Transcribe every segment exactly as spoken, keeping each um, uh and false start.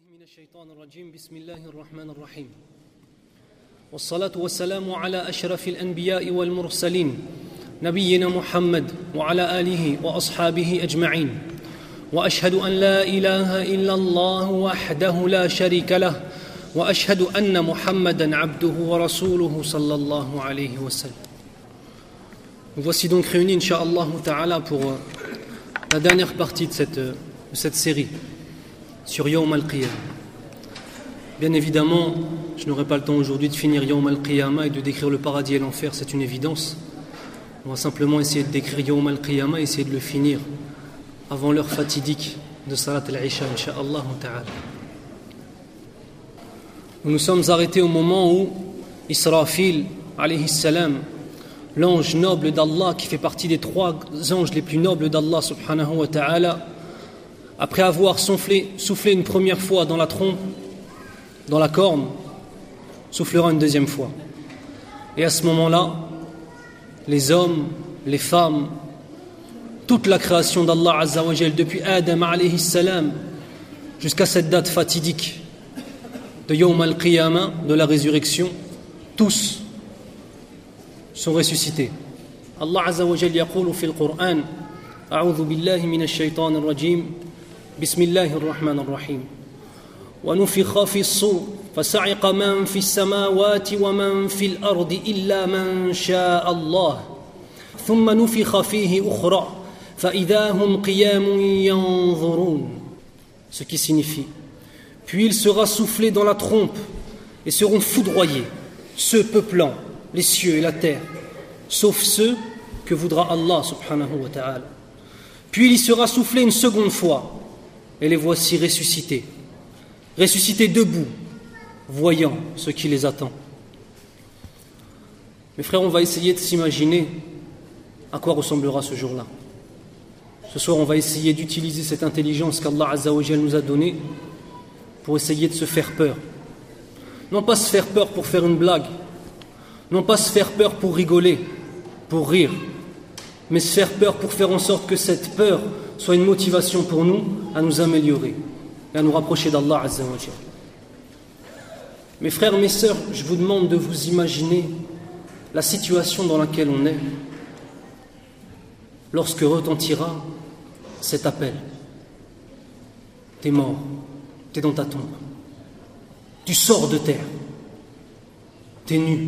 من الشيطان الرجيم بسم الله الرحمن الرحيم والصلاة والسلام على أشرف الأنبياء والمرسلين نبينا محمد وعلى آله وأصحابه أجمعين وأشهد أن لا إله إلا الله وحده لا شريك له وأشهد أن محمدا عبده ورسوله صلى الله عليه وسلم. Nous voici donc réunis, Inch'Allah Ta'ala, pour la dernière partie de cette, de cette série sur Yawm al-Qiyamah. Bien évidemment, je n'aurai pas le temps aujourd'hui de finir Yawm al-Qiyamah et de décrire le paradis et l'enfer, c'est une évidence. On va simplement essayer de décrire Yawm al-Qiyamah et essayer de le finir avant l'heure fatidique de Salat al-Isha, Inch'Allah Ta'ala. Nous nous sommes arrêtés au moment où Israfil, alayhi salam, l'ange noble d'Allah, qui fait partie des trois anges les plus nobles d'Allah subhanahu wa ta'ala, après avoir soufflé, soufflé une première fois dans la trompe, dans la corne, soufflera une deuxième fois. Et à ce moment-là, les hommes, les femmes, toute la création d'Allah Azza wa Jal, depuis Adam alayhi salam jusqu'à cette date fatidique de Yawm al-Qiyamah, de la résurrection, tous sont ressuscités. Allah Azza wa Jal yaqulu fi al-Qur'an A'udhu billahi minash shaytanir rajim Bismillahir rahmanir rahim Wa nufikha fi as-sur fasa'iqa man fi as-samawati wa man fi al-ardi illa man sha'a Allah thumma nufikha fihi ukhra fa idha hum qiyamun yanzurun. Ce qui signifie: puis il sera soufflé dans la trompe et seront foudroyés ceux peuplant les cieux et la terre, sauf ceux que voudra Allah subhanahu wa ta'ala. Puis il y sera soufflé une seconde fois, et les voici ressuscités, ressuscités debout, voyant ce qui les attend. Mes frères, on va essayer de s'imaginer à quoi ressemblera ce jour-là. Ce soir, on va essayer d'utiliser cette intelligence qu'Allah Azza wa Jal nous a donnée pour essayer de se faire peur. Non pas se faire peur pour faire une blague, non pas se faire peur pour rigoler, pour rire, mais se faire peur pour faire en sorte que cette peur soit une motivation pour nous à nous améliorer et à nous rapprocher d'Allah Azza wa Jal. Mes frères, mes sœurs, je vous demande de vous imaginer la situation dans laquelle on est lorsque retentira cet appel. T'es mort, t'es dans ta tombe, tu sors de terre, t'es nu.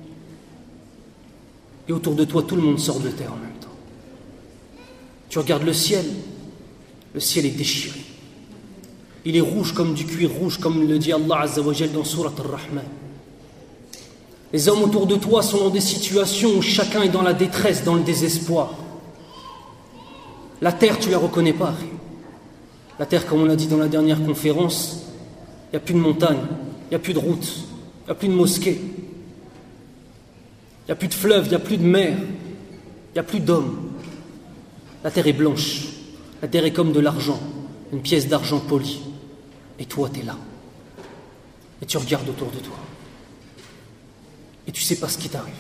Et autour de toi, tout le monde sort de terre en même temps. Tu regardes le ciel, le ciel est déchiré. Il est rouge comme du cuir rouge, comme le dit Allah Azza wa Jal dans Surat Ar-Rahman. Les hommes autour de toi sont dans des situations où chacun est dans la détresse, dans le désespoir. La terre, tu ne la reconnais pas. La terre, comme on l'a dit dans la dernière conférence, il n'y a plus de montagne, il n'y a plus de route, il n'y a plus de mosquée. Il n'y a plus de fleuve, il n'y a plus de mer, il n'y a plus d'hommes. La terre est blanche, la terre est comme de l'argent, une pièce d'argent polie. Et toi, tu es là. Et tu regardes autour de toi. Et tu ne sais pas ce qui t'arrive.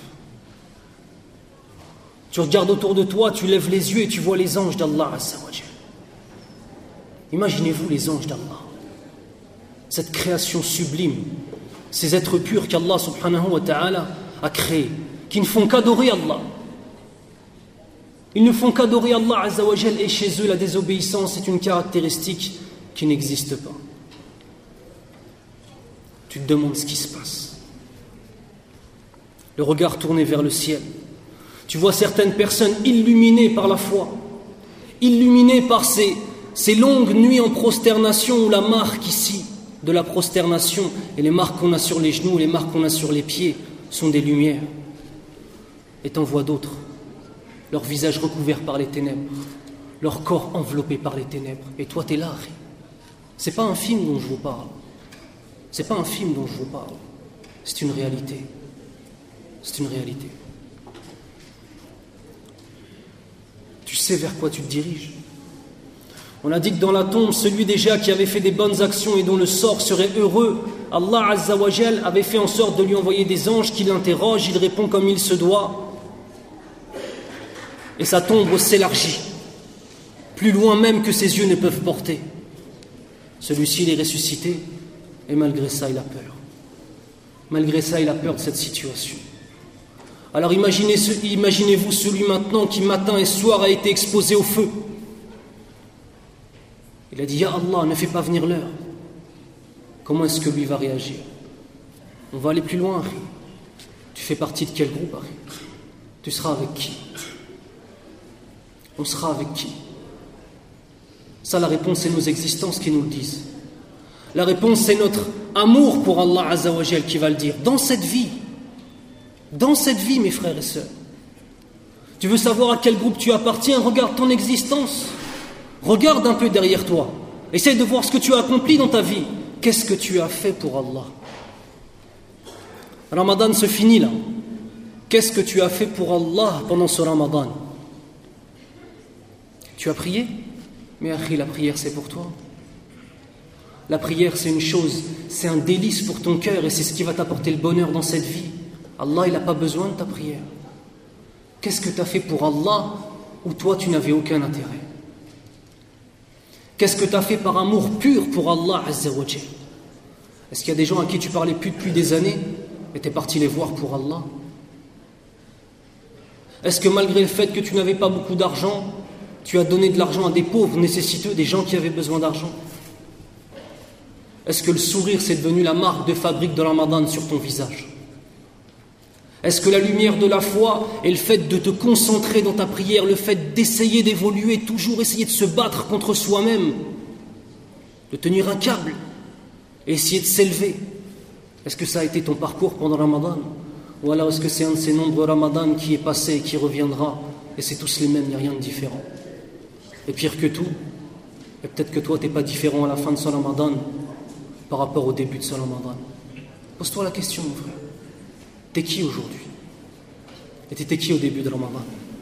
Tu regardes autour de toi, tu lèves les yeux et tu vois les anges d'Allah Azza wa Jal. Imaginez-vous les anges d'Allah. Cette création sublime, ces êtres purs qu'Allah subhanahu wa ta'ala a créés, qui ne font qu'adorer Allah. Ils ne font qu'adorer Allah Azza wa Jal, et chez eux la désobéissance est une caractéristique qui n'existe pas. Tu te demandes ce qui se passe. Le regard tourné vers le ciel. Tu vois certaines personnes illuminées par la foi, illuminées par ces, ces longues nuits en prosternation, où la marque ici de la prosternation et les marques qu'on a sur les genoux, les marques qu'on a sur les pieds sont des lumières. Et t'en vois d'autres, leur visage recouvert par les ténèbres, leur corps enveloppé par les ténèbres. Et toi, t'es là. C'est pas un film dont je vous parle. C'est pas un film dont je vous parle. C'est une réalité. C'est une réalité. Tu sais vers quoi tu te diriges. On a dit que dans la tombe, celui déjà qui avait fait des bonnes actions et dont le sort serait heureux, Allah Azza wa Jal avait fait en sorte de lui envoyer des anges qui l'interrogent, il répond comme il se doit. Et sa tombe s'élargit, plus loin même que ses yeux ne peuvent porter. Celui-ci, il est ressuscité, et malgré ça, il a peur. Malgré ça, il a peur de cette situation. Alors imaginez, imaginez-vous celui maintenant qui matin et soir a été exposé au feu. Il a dit, Ya Allah, ne fais pas venir l'heure. Comment est-ce que lui va réagir? On va aller plus loin, Harry. Tu fais partie de quel groupe, Harry? Tu seras avec qui? On sera avec qui? Ça, la réponse, c'est nos existences qui nous le disent. La réponse, c'est notre amour pour Allah Azza wa Jal qui va le dire. Dans cette vie, dans cette vie, mes frères et sœurs, tu veux savoir à quel groupe tu appartiens? Regarde ton existence. Regarde un peu derrière toi. Essaye de voir ce que tu as accompli dans ta vie. Qu'est-ce que tu as fait pour Allah? Ramadan se finit là. Qu'est-ce que tu as fait pour Allah pendant ce Ramadan? Tu as prié? Mais Akhi, la prière c'est pour toi. La prière c'est une chose, c'est un délice pour ton cœur et c'est ce qui va t'apporter le bonheur dans cette vie. Allah il n'a pas besoin de ta prière. Qu'est-ce que tu as fait pour Allah où toi tu n'avais aucun intérêt? Qu'est-ce que tu as fait par amour pur pour Allah Azza wa Jal? Est-ce qu'il y a des gens à qui tu parlais plus depuis des années et tu es parti les voir pour Allah? Est-ce que malgré le fait que tu n'avais pas beaucoup d'argent, tu as donné de l'argent à des pauvres nécessiteux, des gens qui avaient besoin d'argent? Est-ce que le sourire c'est devenu la marque de fabrique de Ramadan sur ton visage? Est-ce que la lumière de la foi et le fait de te concentrer dans ta prière, le fait d'essayer d'évoluer, toujours essayer de se battre contre soi-même, de tenir un câble et essayer de s'élever, est-ce que ça a été ton parcours pendant Ramadan? Ou alors est-ce que c'est un de ces nombreux Ramadan qui est passé et qui reviendra et c'est tous les mêmes, il n'y a rien de différent? Et pire que tout, et peut-être que toi tu n'es pas différent à la fin de ce Ramadan par rapport au début de ce Ramadan. Pose-toi la question, mon frère. T'es qui aujourd'hui? Et t'étais qui au début de Ramadan?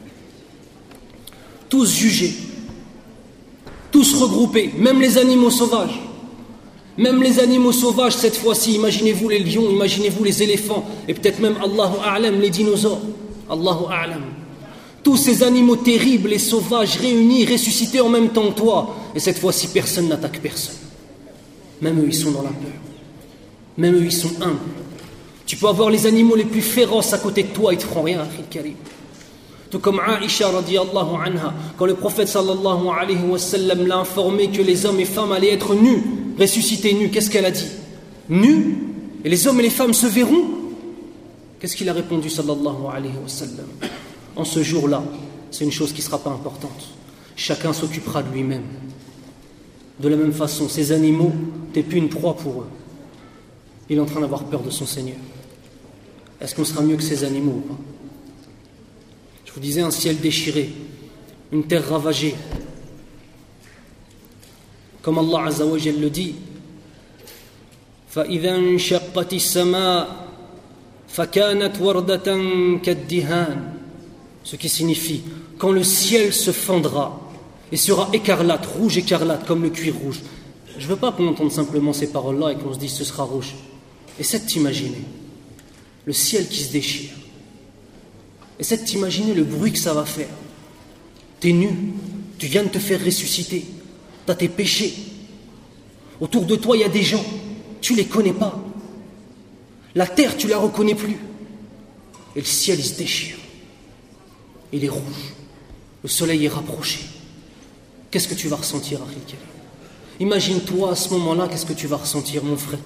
Tous jugés, tous regroupés, même les animaux sauvages. Même les animaux sauvages cette fois-ci, imaginez-vous les lions, imaginez-vous les éléphants, et peut-être même, Allahu A'lam, les dinosaures. Allahu A'lam. Tous ces animaux terribles et sauvages réunis, ressuscités en même temps que toi. Et cette fois-ci, personne n'attaque personne. Même eux, ils sont dans la peur. Même eux, ils sont humbles. Tu peux avoir les animaux les plus féroces à côté de toi, ils ne te feront rien, Akhil Karim. Tout comme Aïcha radiyallahu anha, quand le prophète sallallahu alayhi wa sallam l'a informé que les hommes et femmes allaient être nus, ressuscités nus, qu'est-ce qu'elle a dit? Nus? Et les hommes et les femmes se verront? Qu'est-ce qu'il a répondu sallallahu alayhi wa sallam? En ce jour-là, c'est une chose qui ne sera pas importante. Chacun s'occupera de lui-même. De la même façon, ces animaux, tu n'es plus une proie pour eux. Il est en train d'avoir peur de son Seigneur. Est-ce qu'on sera mieux que ces animaux ou pas? Je vous disais un ciel déchiré, une terre ravagée. Comme Allah Azza wa Jal le dit, فَإِذَا انشَقَّتِ السَّمَاءُ فَكَانَتْ وَرْدَةً كَالدِّهَانِ. Ce qui signifie, quand le ciel se fendra et sera écarlate, rouge écarlate, comme le cuir rouge. Je ne veux pas qu'on entende simplement ces paroles-là et qu'on se dise ce sera rouge. Essaie de t'imaginer le ciel qui se déchire. Essaie de t'imaginer le bruit que ça va faire. T'es nu, tu viens de te faire ressusciter, t'as tes péchés. Autour de toi, il y a des gens, tu les connais pas. La terre, tu la reconnais plus. Et le ciel, il se déchire. Il est rouge. Le soleil est rapproché. Qu'est-ce que tu vas ressentir, Akhil Karim? Imagine-toi à ce moment-là, qu'est-ce que tu vas ressentir, mon frère?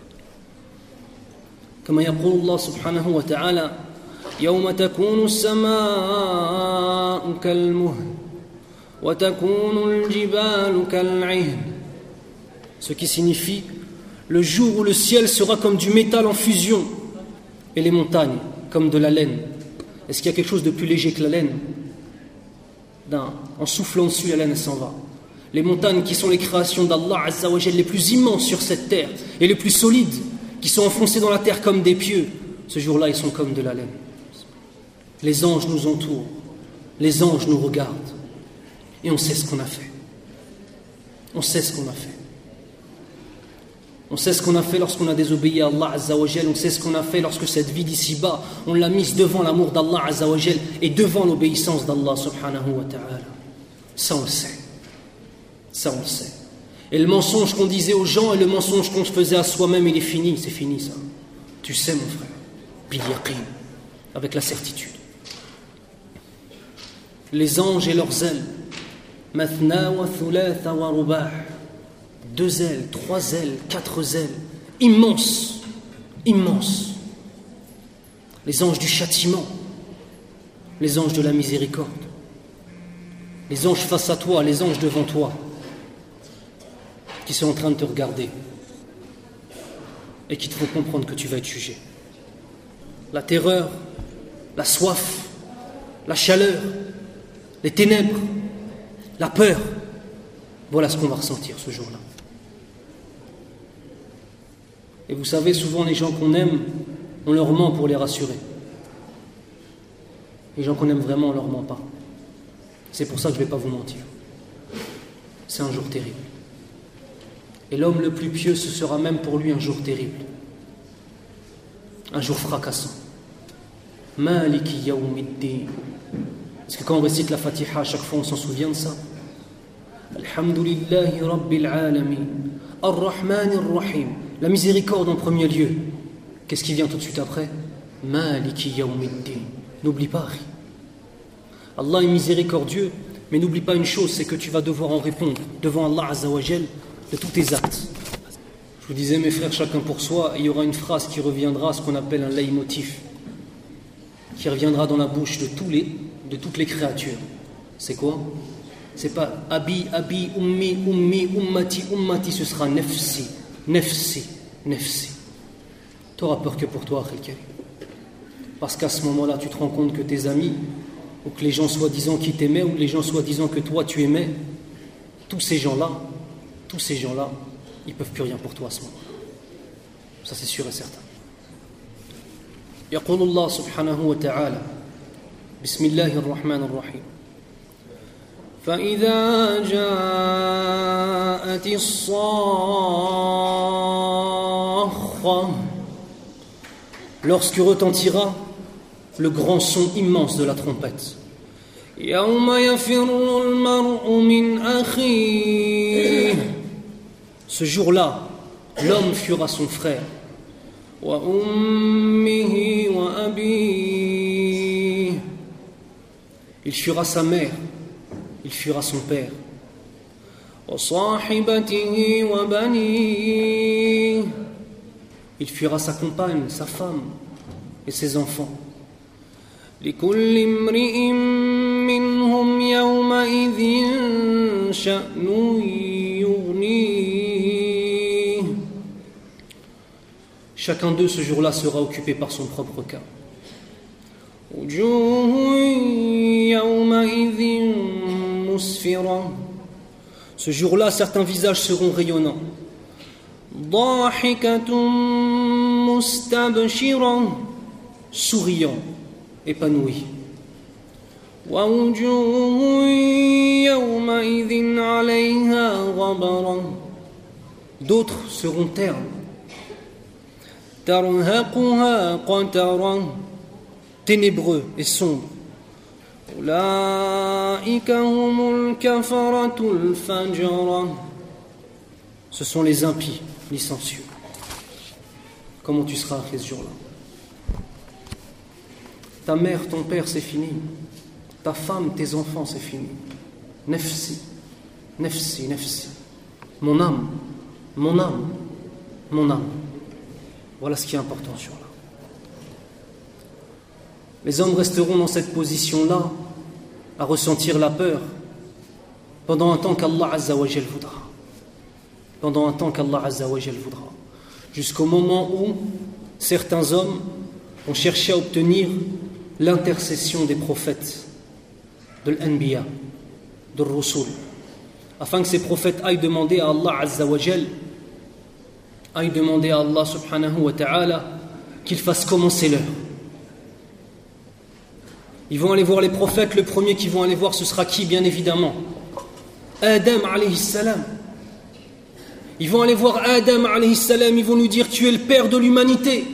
Comme يقول الله سبحانه وتعالى يوم تكون السماء كالمهل وتكون الجبال كالعهن. Ce qui signifie le jour où le ciel sera comme du métal en fusion et les montagnes comme de la laine. Est-ce qu'il y a quelque chose de plus léger que la laine? D'un, en soufflant dessus, la laine s'en va. Les montagnes qui sont les créations d'Allah Azza wa Jal les plus immenses sur cette terre et les plus solides, qui sont enfoncés dans la terre comme des pieux, ce jour-là, ils sont comme de la laine. Les anges nous entourent, les anges nous regardent, et on sait ce qu'on a fait. On sait ce qu'on a fait. On sait ce qu'on a fait lorsqu'on a désobéi à Allah Azza wa Jal, on sait ce qu'on a fait lorsque cette vie d'ici-bas, on l'a mise devant l'amour d'Allah Azza wa Jal et devant l'obéissance d'Allah subhanahu wa ta'ala. Ça, on le sait. Ça, on le sait. Et le mensonge qu'on disait aux gens et le mensonge qu'on se faisait à soi-même, il est fini, c'est fini ça. Tu sais mon frère, bil yaqin, avec la certitude. Les anges et leurs ailes, mathna wa thulatha wa rubah, deux ailes, trois ailes, quatre ailes, immenses, immenses. Les anges du châtiment, les anges de la miséricorde, les anges face à toi, les anges devant toi, qui sont en train de te regarder et qui te font comprendre que tu vas être jugé. La terreur, la soif, la chaleur, les ténèbres, la peur, voilà ce qu'on va ressentir ce jour-là. Et vous savez, souvent les gens qu'on aime, on leur ment pour les rassurer. Les gens qu'on aime vraiment, on leur ment pas. C'est pour ça que je ne vais pas vous mentir. C'est un jour terrible. Et l'homme le plus pieux, ce sera même pour lui un jour terrible. Un jour fracassant. Maliki yawmiddin. Parce que quand on récite la Fatiha, à chaque fois on s'en souvient de ça. Alhamdulillahi Rabbil Alamin. Ar-Rahman Ar-Rahim. La miséricorde en premier lieu. Qu'est-ce qui vient tout de suite après? Maliki yawmiddin. N'oublie pas. Allah est miséricordieux, mais n'oublie pas une chose, c'est que tu vas devoir en répondre devant Allah Azza wa Jal de tous tes actes. Je vous disais, mes frères, chacun pour soi, il y aura une phrase qui reviendra, ce qu'on appelle un leitmotiv, qui reviendra dans la bouche de, tous les, de toutes les créatures. C'est quoi? C'est pas Abi, Abi, Ummi, Ummi, Ummati, Ummati, ce sera Nefsi, Nefsi, Nefsi. Tu n'auras peur que pour toi, Akhil. Parce qu'à ce moment-là, tu te rends compte que tes amis, ou que les gens soi-disant qui t'aimaient, ou les gens soi-disant que toi tu aimais, tous ces gens-là, tous ces gens-là, ils ne peuvent plus rien pour toi à ce moment-là. Ça c'est sûr et certain. يقول الله سبحانه وتعالى بسم الله الرحمن الرحيم فإذا جاءت الصاخة lorsque retentira le grand son immense de la trompette. يوم يفر المرء من أخيه. Ce jour-là, l'homme fuira son frère. وأمه وأبيه. Il fuira sa mère, il fuira son père. وصاحبته وبنيه. Il fuira sa compagne, sa femme et ses enfants. لكل امرئ منهم يومئذ شأن يغنيه. Chacun d'eux ce jour-là sera occupé par son propre cas. وجوه يومئذ مسفرة. Ce jour-là, certains visages seront rayonnants. ضاحكة مستبشرة. Souriant, épanoui. ووجوه يومئذ عليها غبرة. D'autres seront ternes. ترهقها قترة. Ténébreux et sombres. أولئك هم الكفرة الفجرة. Ce sont les impies, licencieux. Comment tu seras après ce jour-là? Ta mère, ton père, c'est fini. Ta femme, tes enfants, c'est fini. Nefsi, nefsi, nefsi. Mon âme, mon âme, mon âme. Voilà ce qui est important sur là. Les hommes resteront dans cette position-là, à ressentir la peur, pendant un temps qu'Allah Azza wa Jal voudra. Pendant un temps qu'Allah Azza wa Jal voudra. Jusqu'au moment où certains hommes ont cherché à obtenir l'intercession des prophètes, de l'Anbiya, de l'Rusul, afin que ces prophètes aillent demander à Allah Azza wa Jal, aillent demander à Allah subhanahu wa ta'ala qu'il fasse commencer l'heure. Ils vont aller voir les prophètes, le premier qu'ils vont aller voir ce sera qui? Bien évidemment Adam alayhi salam. Ils vont aller voir Adam alayhi salam, ils vont lui dire tu es le père de l'humanité.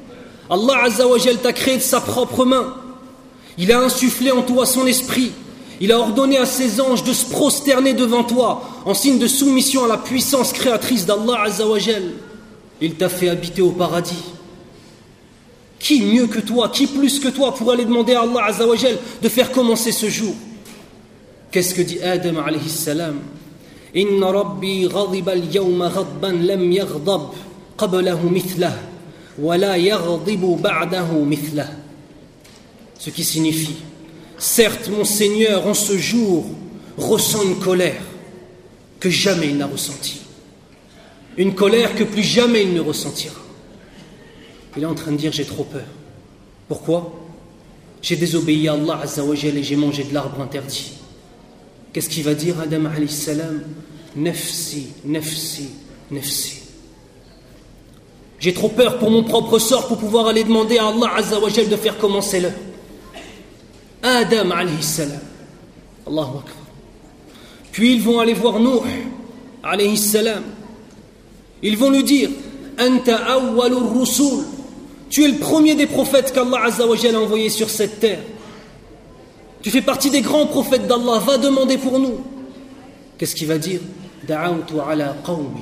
Allah Azza wa Jal t'a créé de sa propre main. Il a insufflé en toi son esprit. Il a ordonné à ses anges de se prosterner devant toi en signe de soumission à la puissance créatrice d'Allah Azza wa Jal. Il t'a fait habiter au paradis. Qui mieux que toi, qui plus que toi pour aller demander à Allah Azza wa Jal de faire commencer ce jour? Qu'est-ce que dit Adam alayhi salam? Inna rabbi ghadiba al-yawma ghadban lam yaghdab qablahu mithlah wa la yaghdibu ba'dahu mithlah. Ce qui signifie: certes, mon Seigneur, en ce jour, ressent une colère que jamais il n'a ressentie. Une colère que plus jamais il ne ressentira. Il est en train de dire: j'ai trop peur. Pourquoi? J'ai désobéi à Allah Azza wa Jal et j'ai mangé de l'arbre interdit. Qu'est-ce qu'il va dire Adam alayhi salam? Nafsi, nafsi, nafsi. J'ai trop peur pour mon propre sort pour pouvoir aller demander à Allah Azza wa Jal de faire commencer l'heure. Adam alayhi salam. Allahu Akbar. Puis ils vont aller voir Nuh alayhi salam. Ils vont lui dire: Anta awwalur rusul. Tu es le premier des prophètes qu'Allah Azza wa Jal a envoyé sur cette terre. Tu fais partie des grands prophètes d'Allah. Va demander pour nous. Qu'est-ce qu'il va dire? Da'awtu ala qawmi.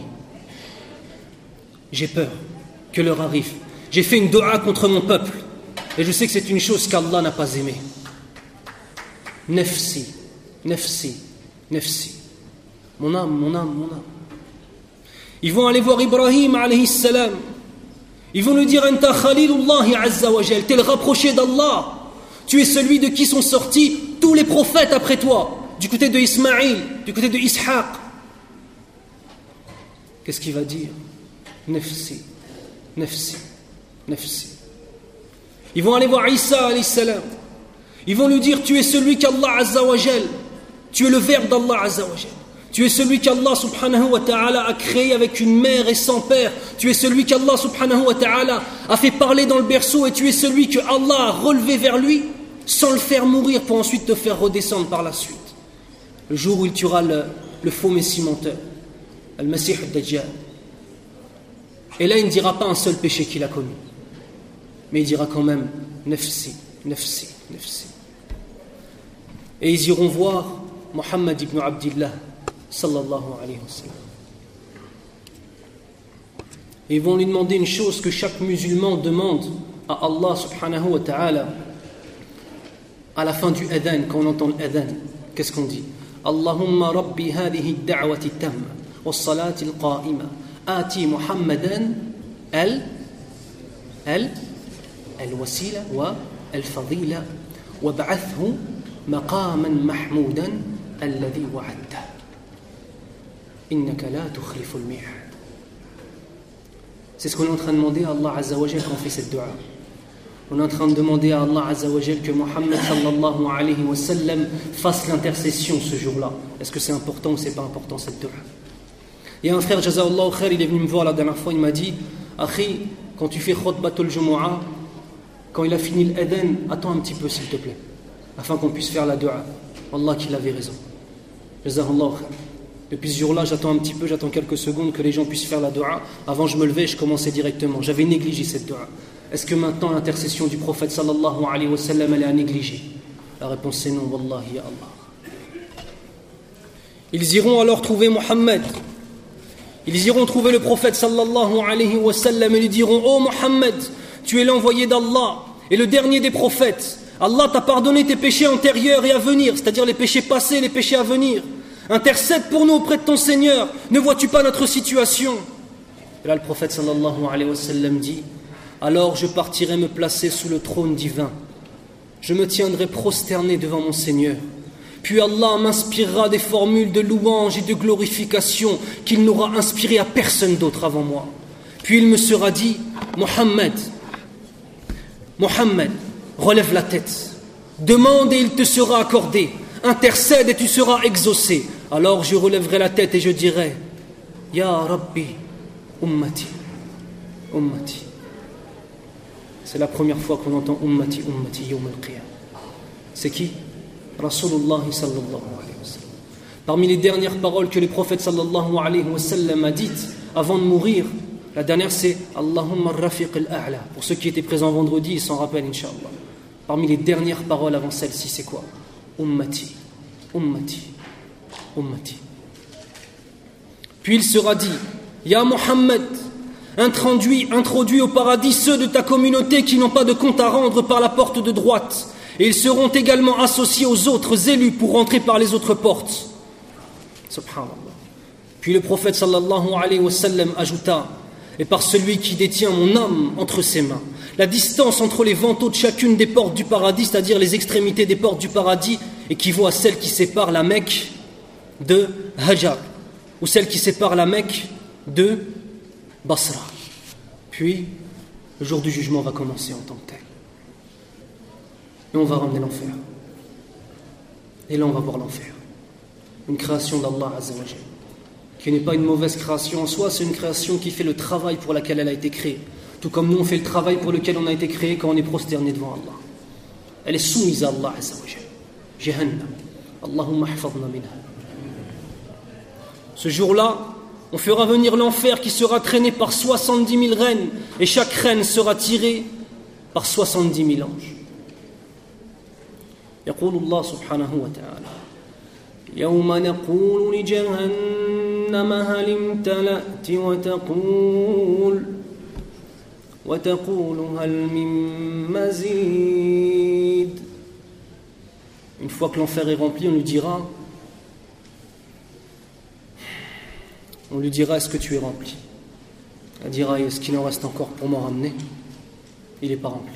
J'ai peur que l'heure arrive. J'ai fait une dua contre mon peuple. Et je sais que c'est une chose qu'Allah n'a pas aimée. Nafsi, nafsi, nafsi. Mon âme, mon âme, mon âme. Ils vont aller voir Ibrahim alayhi salam. Ils vont lui dire: Anta khalilullahi azza wa jal. T'es le rapproché d'Allah. Tu es celui de qui sont sortis tous les prophètes après toi. Du côté de Ismaïl, du côté de Ishaq. Qu'est-ce qu'il va dire? Nafsi, nafsi, nafsi. Ils vont aller voir Isa alayhi salam. Ils vont lui dire: tu es celui qu'Allah Azza wa Jal, tu es le verbe d'Allah Azza wa Jal. Tu es celui qu'Allah subhanahu wa ta'ala a créé avec une mère et sans père. Tu es celui qu'Allah subhanahu wa ta'ala a fait parler dans le berceau. Et tu es celui que Allah a relevé vers lui sans le faire mourir pour ensuite te faire redescendre par la suite. Le jour où il tuera le, le faux messie menteur, Al-Masih al-Dajjal. Et là il ne dira pas un seul péché qu'il a commis, mais il dira quand même nafsi, nafsi, nafsi. Et ils iront voir Muhammad ibn Abdillah sallallahu alayhi wa sallam. Et ils vont lui demander une chose que chaque musulman demande à Allah subhanahu wa ta'ala à la fin du adhan. Quand on entend l'adhan, qu'est-ce qu'on dit? Allahumma rabbi hadhihi ad-da'wati at-tamma was-salati al-qa'ima ati Muhammadan al al al-wasila wa al-fadila wab'athhu maqaman mahmoudan alladhi wa'adta innaka la tukhlifu al-mi'ad. C'est ce qu'on est en train de demander à Allah Azza wa Jal quand on fait cette dua. On est en train de demander à Allah Azza wa Jal que Muhammad sallallahu alayhi wa sallam fasse l'intercession ce jour-là. Est-ce que c'est important ou c'est pas important cette dua? Il y a un frère, Jazahullah khair, il est venu me voir la dernière fois, il m'a dit: Akhi, quand tu fais khutbatul Jumu'ah, quand il a fini l'adhan, attends un petit peu s'il te plaît, afin qu'on puisse faire la dua. Wallah qu'il avait raison. Jazahullah khair. Depuis ce jour-là, j'attends un petit peu, j'attends quelques secondes que les gens puissent faire la dua. Avant, je me levais, je commençais directement. J'avais négligé cette dua. Est-ce que maintenant l'intercession du prophète sallallahu alayhi wa sallam elle est à négliger? La réponse c'est non. Wallahi ya Allah. Ils iront alors trouver Muhammad. Ils iront trouver le prophète sallallahu alayhi wa sallam et lui diront: oh Muhammad, tu es l'envoyé d'Allah et le dernier des prophètes. Allah t'a pardonné tes péchés antérieurs et à venir, c'est-à-dire les péchés passés et les péchés à venir. Intercède pour nous auprès de ton Seigneur. Ne vois-tu pas notre situation? Et là le prophète sallallahu alayhi wa sallam dit: alors je partirai me placer sous le trône divin. Je me tiendrai prosterné devant mon Seigneur. Puis Allah m'inspirera des formules de louange et de glorification qu'il n'aura inspiré à personne d'autre avant moi. Puis il me sera dit: Muhammad, Muhammad, relève la tête. Demande et il te sera accordé. Intercède et tu seras exaucé. Alors je relèverai la tête et je dirai: Ya Rabbi, ummati, ummati. C'est la première fois qu'on entend ummati, ummati, yawm al-qiyam. C'est qui? Rasulullah sallallahu alayhi wa sallam. Parmi les dernières paroles que le prophète sallallahu alayhi wa sallam a dites avant de mourir, la dernière c'est Allahumma rafiq al-a'la. Pour ceux qui étaient présents vendredi, ils s'en rappellent, Inch'Allah. Parmi les dernières paroles avant celle-ci, c'est quoi? Ummati, Ummati, Ummati. Puis il sera dit, Ya Muhammad, introduis, introduis au paradis ceux de ta communauté qui n'ont pas de compte à rendre par la porte de droite. Et ils seront également associés aux autres élus pour rentrer par les autres portes. Subhanallah. Puis le prophète sallallahu alayhi wa sallam ajouta, et par celui qui détient mon âme entre ses mains, la distance entre les vantaux de chacune des portes du paradis, c'est-à-dire les extrémités des portes du paradis, équivaut à celle qui sépare la Mecque de Hajar, ou celle qui sépare la Mecque de Basra. Puis, le jour du jugement va commencer en tant que tel. Et on va ramener l'enfer. Et là, on va voir l'enfer. Une création d'Allah Azza wa Jalla, qui n'est pas une mauvaise création en soi, c'est une création qui fait le travail pour laquelle elle a été créée. Tout comme nous, on fait le travail pour lequel on a été créé quand on est prosterné devant Allah. Elle est soumise à Allah Azza wa Jalla. Jahannam. Allahumma hafadna minha. Ce jour-là, on fera venir l'enfer qui sera traîné par soixante-dix mille reines, et chaque reine sera tirée par soixante-dix mille anges. يقول الله سبحانه وتعالى يوم نقول لجهنم هل امتلأت وتقول وتقول هل من مزيد. Une fois que l'enfer est rempli, on lui dira on lui dira est-ce que tu es rempli? Elle dira est-ce qu'il en reste encore pour m'en ramener? Il n'est pas rempli.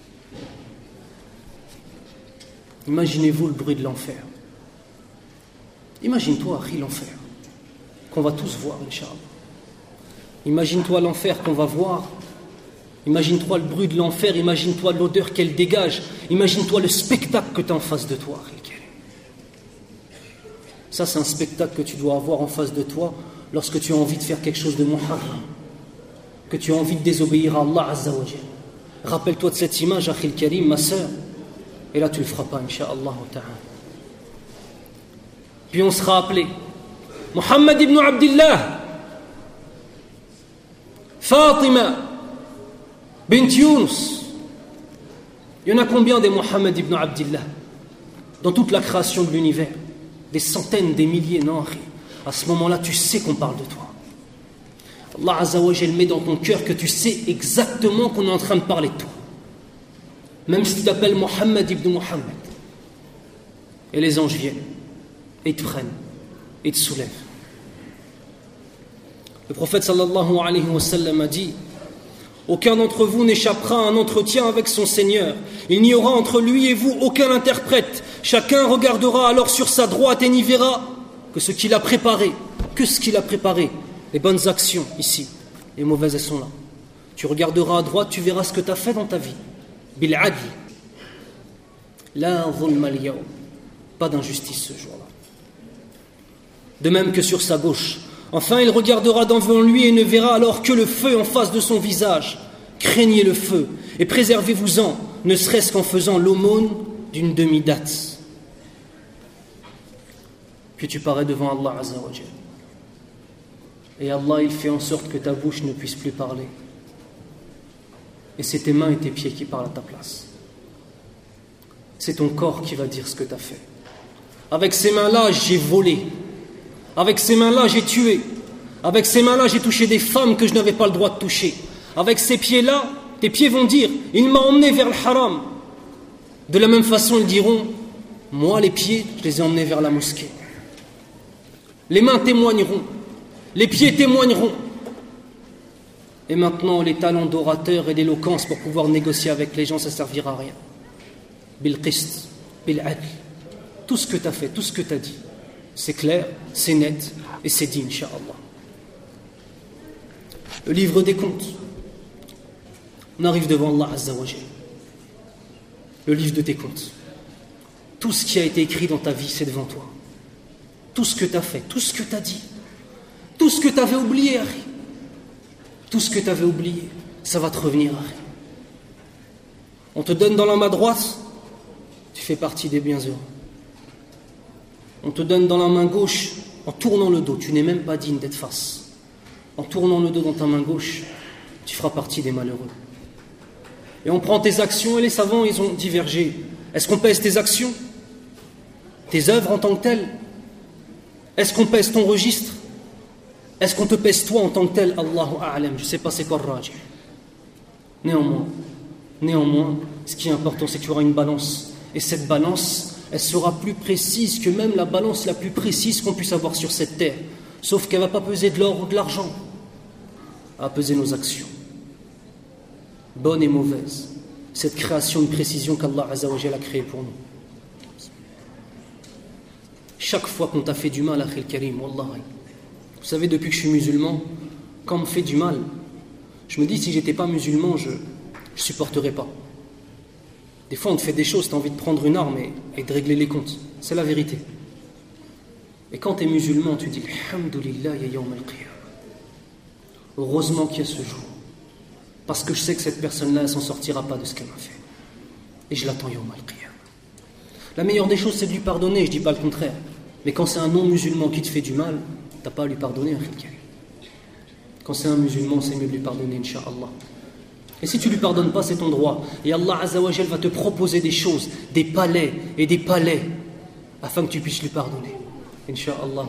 Imaginez-vous le bruit de l'enfer. Imagine-toi, Akhi, l'enfer, qu'on va tous voir, Inch'Allah. Imagine-toi l'enfer qu'on va voir. Imagine-toi le bruit de l'enfer. Imagine-toi l'odeur qu'elle dégage. Imagine-toi le spectacle que tu as en face de toi, Akhi. Ça, c'est un spectacle que tu dois avoir en face de toi lorsque tu as envie de faire quelque chose de muharram, que tu as envie de désobéir à Allah Azza wa Jalla. Rappelle-toi de cette image, Akhi al-Karim, ma sœur. Et là, tu ne le feras pas, Inch'Allah ta'ala. Puis on sera appelé Muhammad ibn Abdillah, Fatima bint Yunus. Il y en a combien des Muhammad ibn Abdillah dans toute la création de l'univers? Des centaines, des milliers, non. À ce moment-là, tu sais qu'on parle de toi. Allah Azza wa Jalla met dans ton cœur que tu sais exactement qu'on est en train de parler de toi. Même si tu t'appelles Muhammad ibn Muhammad. Et les anges viennent, et te prennent, et te soulèvent. Le prophète sallallahu alayhi wa sallam a dit: aucun d'entre vous n'échappera à un entretien avec son Seigneur. Il n'y aura entre lui et vous aucun interprète. Chacun regardera alors sur sa droite et n'y verra que ce qu'il a préparé. Que ce qu'il a préparé. Les bonnes actions ici, les mauvaises elles sont là. Tu regarderas à droite, tu verras ce que tu as fait dans ta vie. Bil adl. La zulma al-yawm. Pas d'injustice ce jour-là. De même que sur sa gauche. Enfin, il regardera devant lui et ne verra alors que le feu en face de son visage. Craignez le feu et préservez-vous-en, ne serait-ce qu'en faisant l'aumône d'une demi-date. Puis tu parais devant Allah Azza wa Jalla. Et Allah, il fait en sorte que ta bouche ne puisse plus parler. Et c'est tes mains et tes pieds qui parlent à ta place. C'est ton corps qui va dire ce que tu as fait. Avec ces mains-là, j'ai volé. Avec ces mains-là, j'ai tué. Avec ces mains-là, j'ai touché des femmes que je n'avais pas le droit de toucher. Avec ces pieds-là, tes pieds vont dire « Il m'a emmené vers le haram ». De la même façon, ils diront « Moi, les pieds, je les ai emmenés vers la mosquée ». Les mains témoigneront. Les pieds témoigneront. Et maintenant, les talents d'orateur et d'éloquence pour pouvoir négocier avec les gens, ça ne servira à rien. Bil qist, bil adl. Tout ce que tu as fait, tout ce que tu as dit, c'est clair, c'est net et c'est dit, Inch'Allah. Le livre des comptes. On arrive devant Allah Azza wa Jalla. Le livre de tes comptes. Tout ce qui a été écrit dans ta vie, c'est devant toi. Tout ce que tu as fait, tout ce que tu as dit, tout ce que tu avais oublié, Harry. Tout ce que tu avais oublié, ça va te revenir, Harry. On te donne dans la main droite, tu fais partie des bienheureux. On te donne dans la main gauche, en tournant le dos, tu n'es même pas digne d'être face. En tournant le dos dans ta main gauche, tu feras partie des malheureux. Et on prend tes actions et les savants, ils ont divergé. Est-ce qu'on pèse tes actions? Tes œuvres en tant que telles, est-ce qu'on pèse ton registre? Est-ce qu'on te pèse toi en tant que tel? Allahu a'lam, je ne sais pas c'est quoi le rajih. Néanmoins, néanmoins, ce qui est important, c'est que tu auras une balance. Et cette balance, elle sera plus précise que même la balance la plus précise qu'on puisse avoir sur cette terre. Sauf qu'elle ne va pas peser de l'or ou de l'argent. Elle va peser nos actions, bonnes et mauvaises. Cette création de précision qu'Allah Azza wa Jalla a créée pour nous. Chaque fois qu'on t'a fait du mal, Akhil Karim, Wallahi. Vous savez, depuis que je suis musulman, quand on me fait du mal, je me dis, si j'étais pas musulman, je ne supporterais pas. Des fois, on te fait des choses, tu as envie de prendre une arme et, et de régler les comptes. C'est la vérité. Et quand tu es musulman, tu dis, Alhamdulillah, ya yawm al-qiyam. Heureusement qu'il y a ce jour. Parce que je sais que cette personne-là, elle ne s'en sortira pas de ce qu'elle m'a fait. Et je l'attends yawm al-qiyam. La meilleure des choses, c'est de lui pardonner, je ne dis pas le contraire. Mais quand c'est un non-musulman qui te fait du mal, tu n'as pas à lui pardonner, un khil. Quand c'est un musulman, c'est mieux de lui pardonner, Inch'Allah. Et si tu ne lui pardonnes pas, c'est ton droit. Et Allah Azza wa Jal va te proposer des choses, des palais et des palais, afin que tu puisses lui pardonner. Inch'Allah.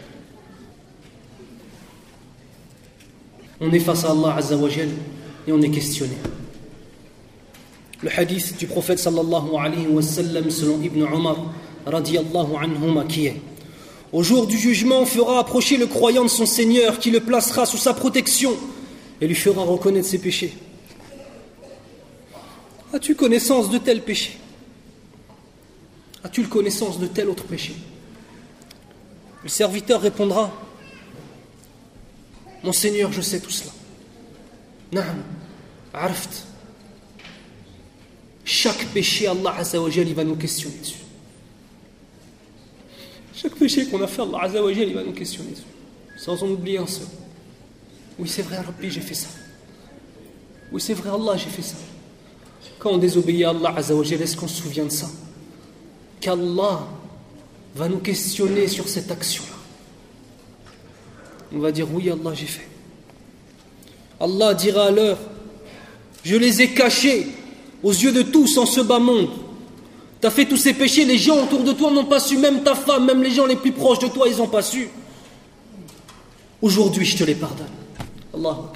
On est face à Allah Azza wa Jal et on est questionné. Le hadith du prophète sallallahu alayhi wa sallam selon Ibn Umar radiyallahu anhuma qui est: au jour du jugement, on fera approcher le croyant de son Seigneur qui le placera sous sa protection et lui fera reconnaître ses péchés. As-tu connaissance de tel péché? As-tu le connaissance de tel autre péché? Le serviteur répondra: mon Seigneur, je sais tout cela. Na'am, arft. Chaque péché, Allah Azza wa Jal, il va nous questionner dessus. Chaque péché qu'on a fait, Allah Azza wa Jal, il va nous questionner dessus. Sans en oublier un seul. Oui, c'est vrai, Rabbi, j'ai fait ça. Oui, c'est vrai, Allah, j'ai fait ça. Quand on désobéit à Allah Azza wa Jal, est-ce qu'on se souvient de ça? Qu'Allah va nous questionner sur cette action-là. On va dire, oui, Allah, j'ai fait. Allah dira alors: je les ai cachés aux yeux de tous en ce bas monde. Tu as fait tous ces péchés, les gens autour de toi n'ont pas su, même ta femme, même les gens les plus proches de toi, ils n'ont pas su. Aujourd'hui, je te les pardonne. Allahu Akbar.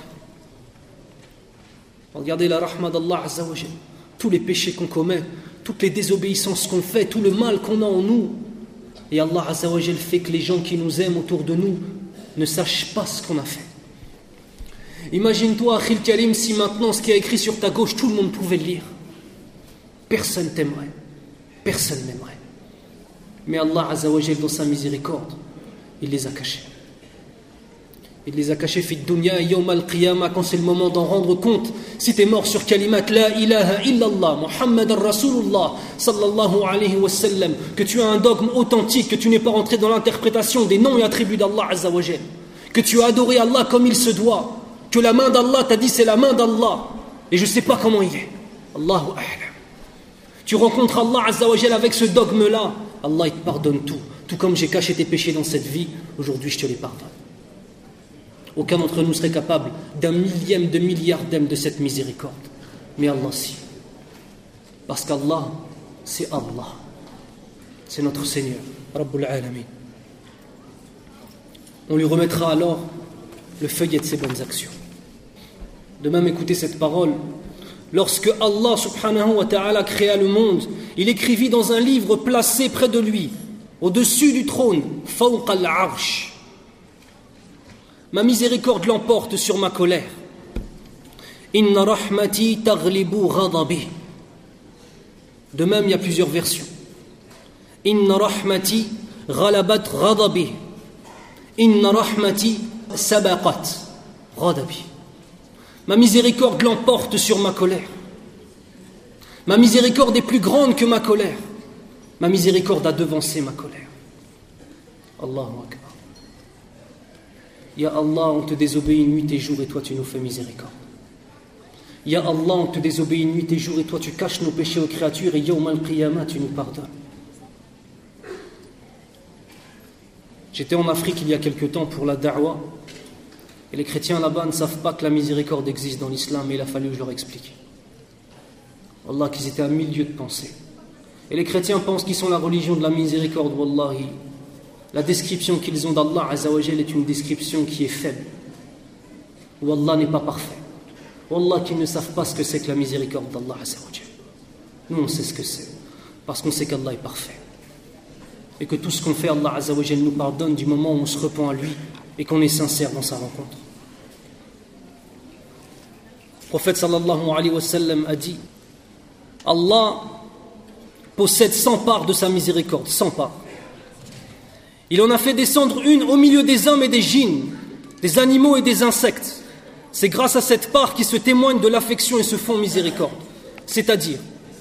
Regardez la rahma d'Allah Azza wa Jal. Tous les péchés qu'on commet, toutes les désobéissances qu'on fait, tout le mal qu'on a en nous. Et Allah Azza wa Jal fait que les gens qui nous aiment autour de nous ne sachent pas ce qu'on a fait. Imagine-toi, Akhil Karim, si maintenant ce qui est écrit sur ta gauche, tout le monde pouvait le lire. Personne t'aimerait. Personne n'aimerait. Mais Allah Azza wa Jal, dans sa miséricorde, il les a cachés. Il les a cachés fit dunya et yawm al-qiyamah, quand c'est le moment d'en rendre compte. Si tu es mort sur kalimat la ilaha illallah Muhammad ar-Rasulullah sallallahu alayhi wa sallam, que tu as un dogme authentique, que tu n'es pas rentré dans l'interprétation des noms et attributs d'Allah Azza wa Jal, que tu as adoré Allah comme il se doit, que la main d'Allah t'a dit c'est la main d'Allah et je ne sais pas comment il est. Allahu a'lam. Tu rencontres Allah Azza wa Jal avec ce dogme-là, Allah il te pardonne tout. Tout comme j'ai caché tes péchés dans cette vie, aujourd'hui je te les pardonne. Aucun d'entre nous serait capable d'un millième de milliardième de cette miséricorde. Mais Allah si. Parce qu'Allah, c'est Allah. C'est notre Seigneur, Rabbul Alamin. On lui remettra alors le feuillet de ses bonnes actions. De même, écoutez cette parole. Lorsque Allah subhanahu wa ta'ala créa le monde, il écrivit dans un livre placé près de lui, au-dessus du trône, Fawq al-Arsh. Ma miséricorde l'emporte sur ma colère. Inna rahmati taghlibu ghadabi. De même, il y a plusieurs versions. Inna rahmati ghalabat ghadabi. Inna rahmati sabaqat ghadabi. Ma miséricorde l'emporte sur ma colère. Ma miséricorde est plus grande que ma colère. Ma miséricorde a devancé ma colère. Allahu Akbar. Ya Allah, on te désobéit nuit et jour et toi tu nous fais miséricorde. Ya Allah, on te désobéit nuit et jour et toi tu caches nos péchés aux créatures et yawm al-qiyamah tu nous pardonnes. J'étais en Afrique il y a quelque temps pour la da'wa et les chrétiens là-bas ne savent pas que la miséricorde existe dans l'islam et il a fallu que je leur explique. Allah, qu'ils étaient à mille lieues de pensée. Et les chrétiens pensent qu'ils sont la religion de la miséricorde. Wallahi, la description qu'ils ont d'Allah Azza wa Jal est une description qui est faible. Où Allah n'est pas parfait. Wallah qu'ils ne savent pas ce que c'est que la miséricorde d'Allah Azza wa Jal. Nous on sait ce que c'est. Parce qu'on sait qu'Allah est parfait. Et que tout ce qu'on fait, Allah Azza wa Jal nous pardonne du moment où on se repent à lui et qu'on est sincère dans sa rencontre. Le prophète sallallahu alayhi wa sallam a dit: Allah possède cent parts de sa miséricorde, cent parts. Il en a fait descendre une au milieu des hommes et des djinns, des animaux et des insectes. C'est grâce à cette part qu'ils se témoignent de l'affection et se font miséricorde. C'est-à-dire,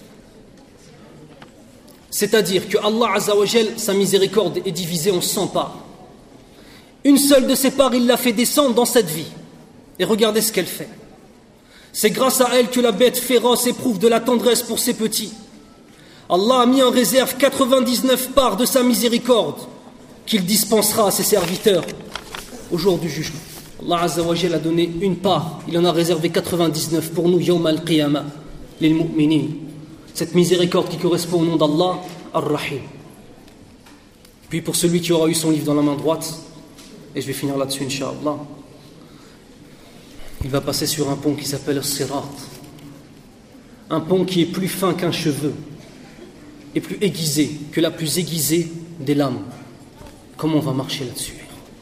c'est-à-dire que Allah Azza wa Jal, sa miséricorde est divisée en cent parts. Une seule de ces parts, il l'a fait descendre dans cette vie. Et regardez ce qu'elle fait. C'est grâce à elle que la bête féroce éprouve de la tendresse pour ses petits. Allah a mis en réserve quatre-vingt-dix-neuf parts de sa miséricorde qu'il dispensera à ses serviteurs au jour du jugement. Allah Azza wa Jal a donné une part, il en a réservé quatre-vingt-dix-neuf pour nous, Yawm al-Qiyamah, lil mu'minin. Cette miséricorde qui correspond au nom d'Allah, Ar-Rahim. Puis pour celui qui aura eu son livre dans la main droite, et je vais finir là-dessus, Inch'Allah, il va passer sur un pont qui s'appelle As-Sirat. Un pont qui est plus fin qu'un cheveu, et plus aiguisé que la plus aiguisée des lames. Comment on va marcher là-dessus?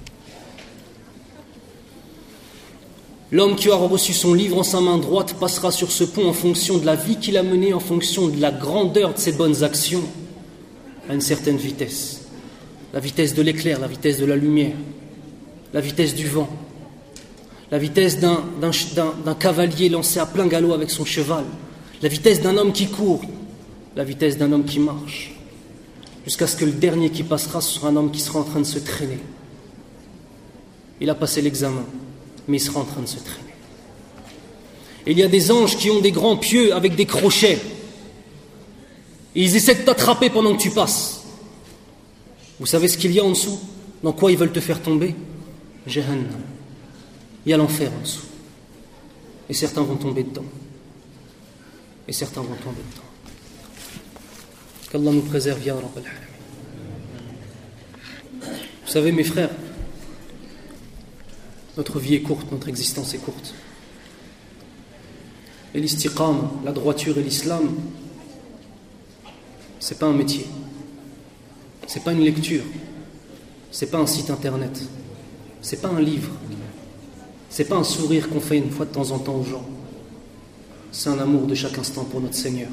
L'homme qui aura reçu son livre en sa main droite passera sur ce pont en fonction de la vie qu'il a menée, en fonction de la grandeur de ses bonnes actions, à une certaine vitesse. La vitesse de l'éclair, la vitesse de la lumière, la vitesse du vent, la vitesse d'un, d'un, d'un, d'un cavalier lancé à plein galop avec son cheval, la vitesse d'un homme qui court, la vitesse d'un homme qui marche, jusqu'à ce que le dernier qui passera, ce sera un homme qui sera en train de se traîner. Il a passé l'examen, mais il sera en train de se traîner. Et il y a des anges qui ont des grands pieux avec des crochets. Et ils essaient de t'attraper pendant que tu passes. Vous savez ce qu'il y a en dessous? Dans quoi ils veulent te faire tomber? Jahannam. Il y a l'enfer en dessous. Et certains vont tomber dedans. Et certains vont tomber dedans. Qu'Allah nous préserve, ya Rabbal Alamin. Vous savez, mes frères, notre vie est courte, notre existence est courte. Et l'istiqam, la droiture et l'islam, c'est pas un métier, c'est pas une lecture, c'est pas un site internet, c'est pas un livre, c'est pas un sourire qu'on fait une fois de temps en temps aux gens. C'est un amour de chaque instant pour notre Seigneur.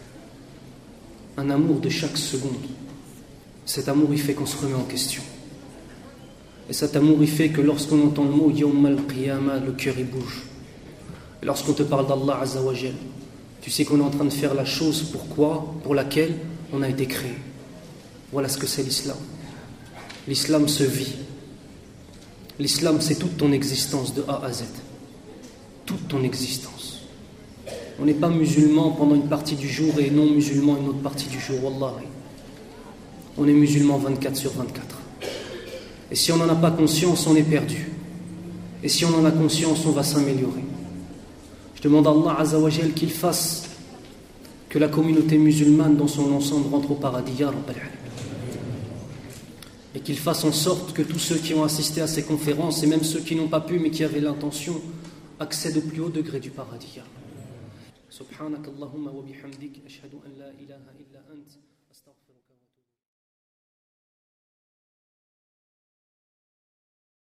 Un amour de chaque seconde. Cet amour, il fait qu'on se remet en question. Et cet amour, il fait que lorsqu'on entend le mot Yawm al-Qiyamah, le cœur il bouge. Et lorsqu'on te parle d'Allah Azza wa Jal, tu sais qu'on est en train de faire la chose pourquoi, pour laquelle on a été créé. Voilà ce que c'est l'islam. L'islam se vit. L'islam, c'est toute ton existence de A à Z. Toute ton existence. On n'est pas musulman pendant une partie du jour et non musulman une autre partie du jour. Wallahi. On est musulman vingt-quatre sur vingt-quatre. Et si on n'en a pas conscience, on est perdu. Et si on en a conscience, on va s'améliorer. Je demande à Allah Azza wa Jal qu'il fasse que la communauté musulmane dans son ensemble rentre au paradis, ya Rabbal Alamin. Et qu'il fasse en sorte que tous ceux qui ont assisté à ces conférences, et même ceux qui n'ont pas pu mais qui avaient l'intention, accèdent au plus haut degré du paradis. Subhanak Allahumma wa bihamdik, ashhadu an la ilaha illa ant.